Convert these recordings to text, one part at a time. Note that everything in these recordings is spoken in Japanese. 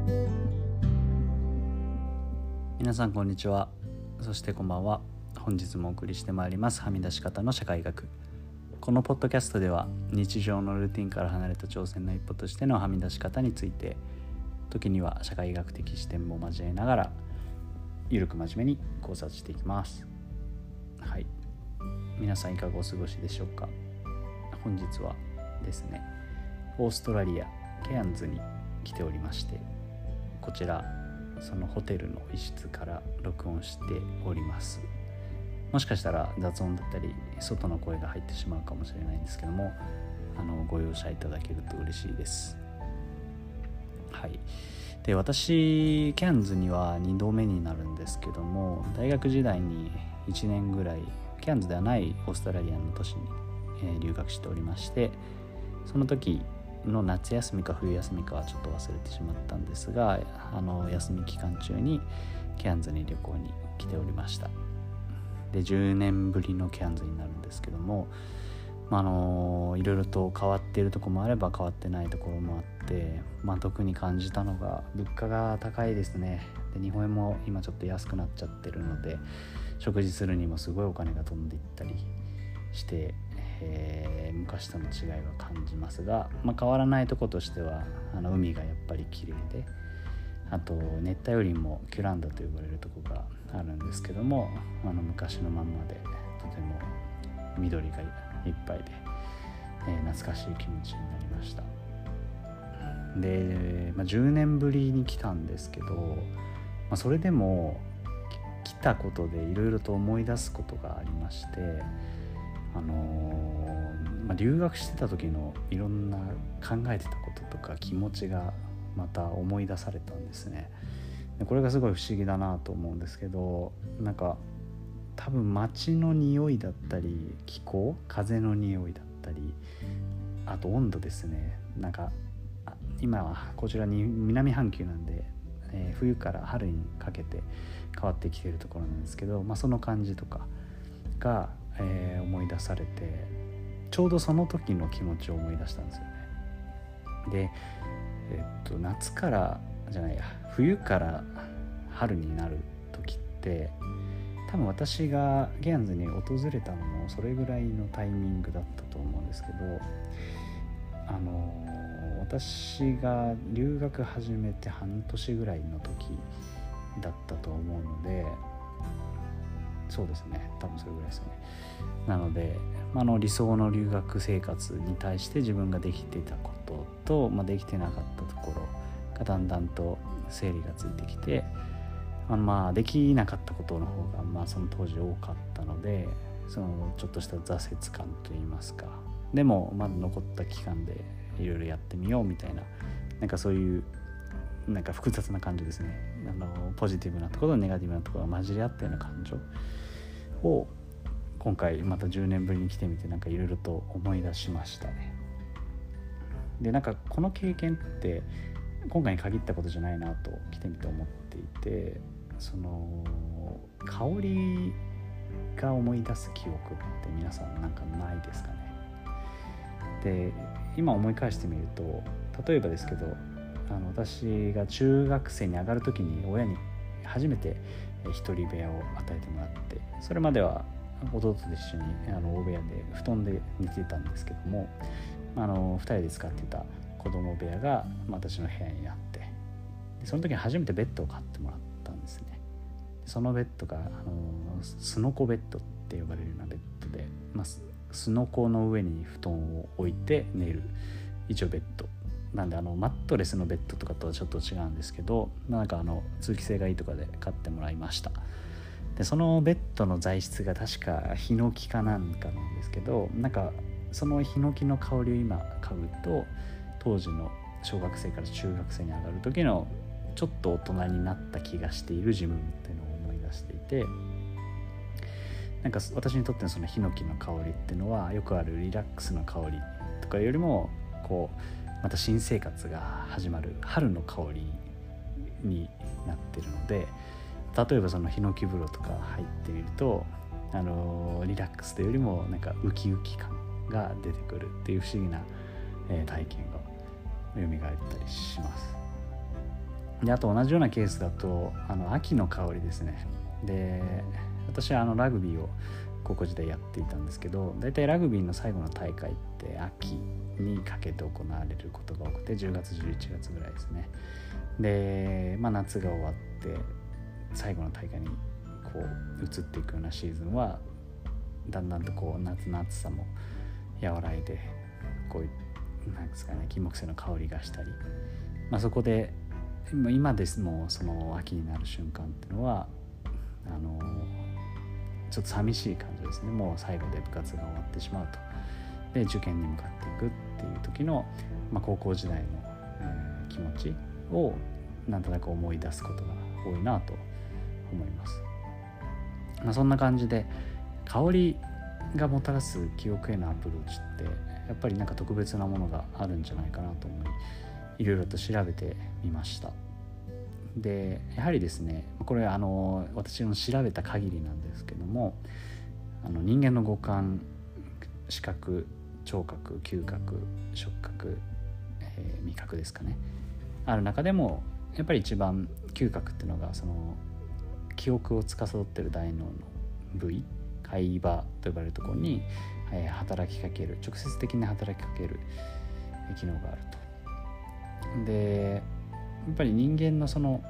皆さんこんにちは。そしてこんばんは。本日もお送りしてまいりますはみ出し方の社会学。このポッドキャストでは日常のルーティンから離れた挑戦の一歩としてのはみ出し方について、時には社会学的視点も交えながらゆるく真面目に考察していきます。はい、皆さんいかがお過ごしでしょうか。本日はですね、オーストラリアケアンズに来ておりまして、こちらそのホテルの一室から録音しております。もしかしたら雑音だったり外の声が入ってしまうかもしれないんですけども、ご容赦いただけると嬉しいです。はい。で、私ケアンズには2度目になるんですけども、大学時代に1年ぐらいケアンズではないオーストラリアの都市に、留学しておりまして、その時の夏休みか冬休みかはちょっと忘れてしまったんですが、休み期間中にケアンズに旅行に来ておりました。で、10年ぶりのケアンズになるんですけども、いろいろと変わっているところもあれば変わってないところもあって、特に感じたのが物価が高いですね。で、日本円も今ちょっと安くなっちゃってるので、食事するにもすごいお金が飛んでいったりして、昔との違いは感じますが、変わらないところとしては海がやっぱり綺麗で、あと熱帯雨林もキュランダと呼ばれるところがあるんですけども、昔のまんまでとても緑がいっぱいで、懐かしい気持ちになりました。で、10年ぶりに来たんですけど、それでも来たことでいろいろと思い出すことがありまして、留学してた時のいろんな考えてたこととか気持ちがまた思い出されたんですね。で、これがすごい不思議だなと思うんですけど、多分街の匂いだったり気候、風の匂いだったり、あと温度ですね。今はこちらに南半球なんで、冬から春にかけて変わってきているところなんですけど、その感じとかが、思い出されて、ちょうどその時の気持ちを思い出したんですよね。で、冬から春になる時って、多分私がケアンズに訪れたのもそれぐらいのタイミングだったと思うんですけど、私が留学始めて半年ぐらいの時だったと思うので、そうですね、多分それぐらいですね。なので、理想の留学生活に対して自分ができていたことと、できてなかったところがだんだんと整理がついてきて、できなかったことの方が、その当時多かったので、そのちょっとした挫折感といいますか、でもまだ残った期間でいろいろやってみようみたいな、そういう複雑な感じですね。ポジティブなところとネガティブなところが混じり合ったような感情を今回また10年ぶりに来てみていろいろと思い出しましたね。で、この経験って今回に限ったことじゃないなと来てみて思っていて、その香りが思い出す記憶って皆さんないですかね。で、今思い返してみると、例えばですけど、私が中学生に上がる時に親に初めて一人部屋を与えてもらって、それまでは弟と一緒に大部屋で布団で寝てたんですけども、2人で使っていた子供部屋が私の部屋になって、その時に初めてベッドを買ってもらったんですね。そのベッドがすのこベッドって呼ばれるようなベッドで、すのこの上に布団を置いて寝る一応ベッドなんで、マットレスのベッドとかとはちょっと違うんですけど、通気性がいいとかで買ってもらいました。で、そのベッドの材質が確かヒノキかなんかなんですけど、そのヒノキの香りを今嗅ぐと、当時の小学生から中学生に上がる時のちょっと大人になった気がしている自分っていうのを思い出していて、私にとってのそのヒノキの香りっていうのは、よくあるリラックスの香りとかよりもまた新生活が始まる春の香りになってるので、例えばそのヒノキ風呂とか入ってみると、リラックスというよりもウキウキ感が出てくるっていう不思議な、体験が蘇ったりします。 であと同じようなケースだと秋の香りですね。で私はラグビーを高校時代やっていたんですけど、だいたいラグビーの最後の大会って秋にかけて行われることが多くて、10月11月ぐらいですね。で、夏が終わって最後の大会にこう移っていくようなシーズンはだんだんとこう夏の暑さも和らいで、こうなんですかね、金木犀の香りがしたり、そこで今ですもその秋になる瞬間っていうのはちょっと寂しい感じですね。もう最後で部活が終わってしまうと、で受験に向かっていくっていう時の、高校時代の、気持ちをなんとなく思い出すことが多いなと思います。そんな感じで香りがもたらす記憶へのアプローチってやっぱりなんか特別なものがあるんじゃないかなと思い、いろいろと調べてみました。でやはりですね、これ私の調べた限りなんですけども、人間の五感、視覚、聴覚、嗅覚、触覚、味覚ですかね、ある中でもやっぱり一番嗅覚っていうのがその記憶を司っている大脳の部位、海馬と呼ばれるところに働きかける、直接的に働きかける機能があると。でやっぱり人間のその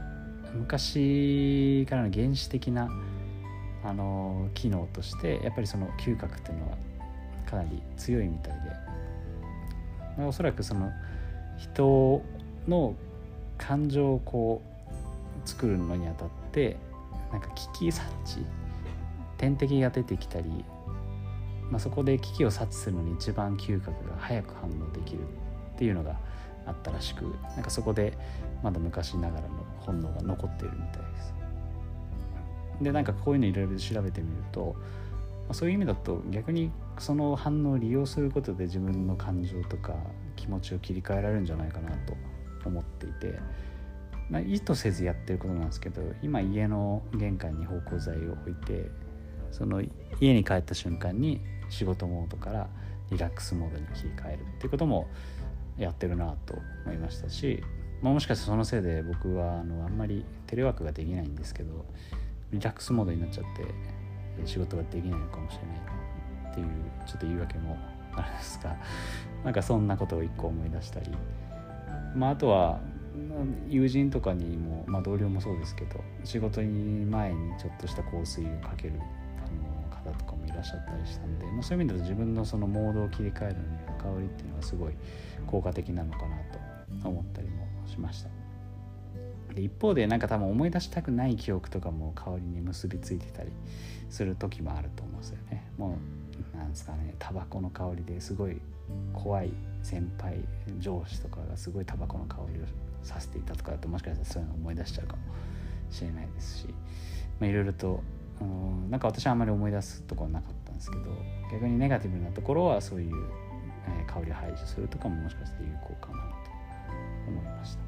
昔からの原始的な機能としてやっぱりその嗅覚っていうのはかなり強いみたいで、おそらくその人の感情をこう作るのにあたってなんか危機察知、天敵が出てきたり、そこで危機を察知するのに一番嗅覚が早く反応できるっていうのがあったらしく、なんかそこでまだ昔ながらの本能が残っているみたいです。でなんかこういうのいろいろ調べてみると、そういう意味だと逆にその反応を利用することで自分の感情とか気持ちを切り替えられるんじゃないかなと思っていて、意図せずやってることなんですけど、今家の玄関に芳香剤を置いて、その家に帰った瞬間に仕事モードからリラックスモードに切り替えるっていうこともやってるなと思いましたし、もしかしてそのせいで僕はあんまりテレワークができないんですけど、リラックスモードになっちゃって仕事ができないのかもしれないっていうちょっと言い訳もあるんですが、なんかそんなことを一個思い出したり、あとは友人とかにも、同僚もそうですけど、仕事に前にちょっとした香水をかける方とかもいらっしゃったりしたんで、そういう意味だと自分のそのモードを切り替えるのには香りっていうのはすごい効果的なのかなと思ったりもしました。で一方でなんか多分思い出したくない記憶とかも香りに結びついてたりする時もあると思うんですよね。もうなんですかね、タバコの香りですごい怖い先輩上司とかがすごいタバコの香りをさせていたとかだと、もしかしたらそういうのを思い出しちゃうかもしれないですし、いろいろとなんか私はあんまり思い出すところはなかったんですけど、逆にネガティブなところはそういう、香りを排除するとかももしかしたら有効かなと思いました。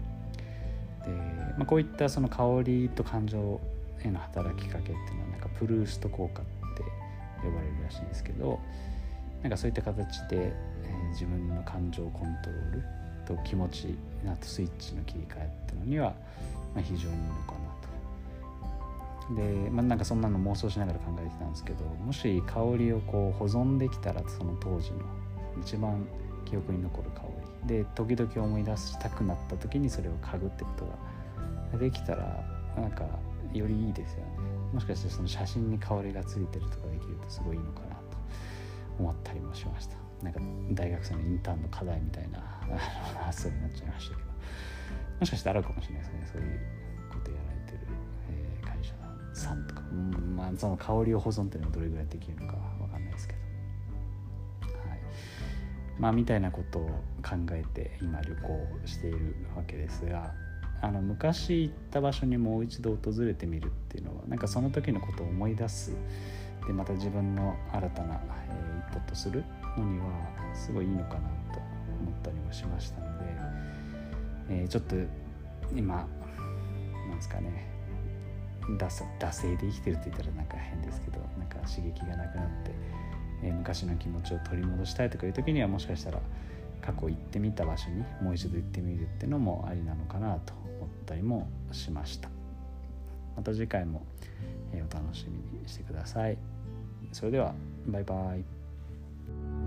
で、こういったその香りと感情への働きかけっていうのはなんかプルースト効果って呼ばれるらしいんですけど、なんかそういった形で、自分の感情コントロールと気持ち、あとスイッチの切り替えっていうのには、非常にいいのかなと。で、なんかそんなの妄想しながら考えてたんですけど、もし香りをこう保存できたら、その当時の一番記憶に残る香りで時々思い出したくなった時にそれを嗅ぐってことができたら、なんかよりいいですよね。もしかしてその写真に香りがついてるとかできるとすごいいいのかなと思ったりもしました。なんか大学生のインターンの課題みたいな発想になっちゃいましたけど、もしかしたらあるかもしれないですね、そういうことやられてる、会社さんとか、その香りを保存っていうのはどれぐらいできるのかわかんないですけど、みたいなことを考えて今旅行しているわけですが、昔行った場所にもう一度訪れてみるっていうのは、なんかその時のことを思い出す、でまた自分の新たな、一歩とするのにはすごいいいのかなと思ったりもしましたので、ちょっと今なんですかね、惰性で生きてるって言ったらなんか変ですけど、なんか刺激がなくなって、昔の気持ちを取り戻したいとかいう時には、もしかしたら、 過去行ってみた場所にもう一度行ってみるっていうのもありなのかなと思ったりもしました。また次回もお楽しみにしてください。それではバイバイ。